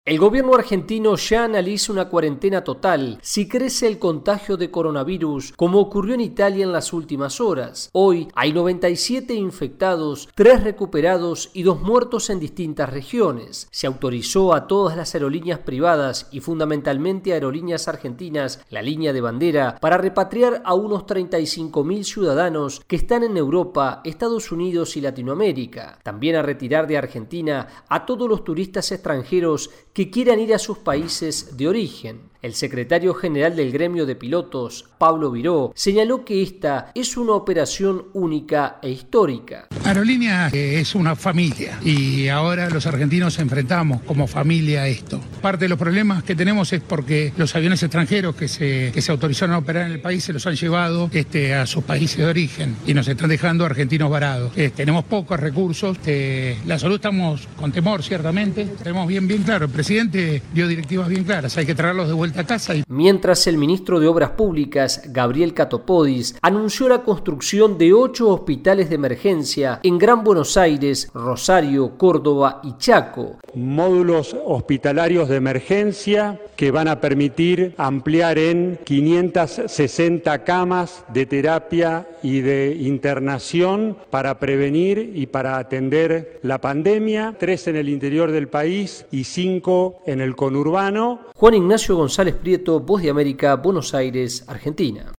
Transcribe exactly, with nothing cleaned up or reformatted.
El gobierno argentino ya analiza una cuarentena total si crece el contagio de coronavirus, como ocurrió en Italia en las últimas horas. Hoy hay noventa y siete infectados, tres recuperados y dos muertos en distintas regiones. Se autorizó a todas las aerolíneas privadas y fundamentalmente aerolíneas argentinas, la línea de bandera, para repatriar a unos treinta y cinco mil ciudadanos que están en Europa, Estados Unidos y Latinoamérica. También a retirar de Argentina a todos los turistas extranjeros que quieran ir a sus países de origen. El secretario general del gremio de pilotos, Pablo Viró, señaló que esta es una operación única e histórica. Aerolínea es una familia y ahora los argentinos enfrentamos como familia a esto. Parte de los problemas que tenemos es porque los aviones extranjeros que se, que se autorizaron a operar en el país se los han llevado este, a sus países de origen y nos están dejando argentinos varados. Eh, tenemos pocos recursos, eh, la salud estamos con temor ciertamente, tenemos bien, bien claro, el presidente dio directivas bien claras, hay que traerlos de vuelta a casa. Y... Mientras el ministro de Obras Públicas, Gabriel Catopodis, anunció la construcción de ocho hospitales de emergencia en Gran Buenos Aires, Rosario, Córdoba y Chaco. Módulos hospitalarios de emergencia que van a permitir ampliar en quinientas sesenta camas de terapia y de internación para prevenir y para atender la pandemia, tres en el interior del país y cinco en el conurbano. Juan Ignacio González Prieto, Voz de América, Buenos Aires, Argentina.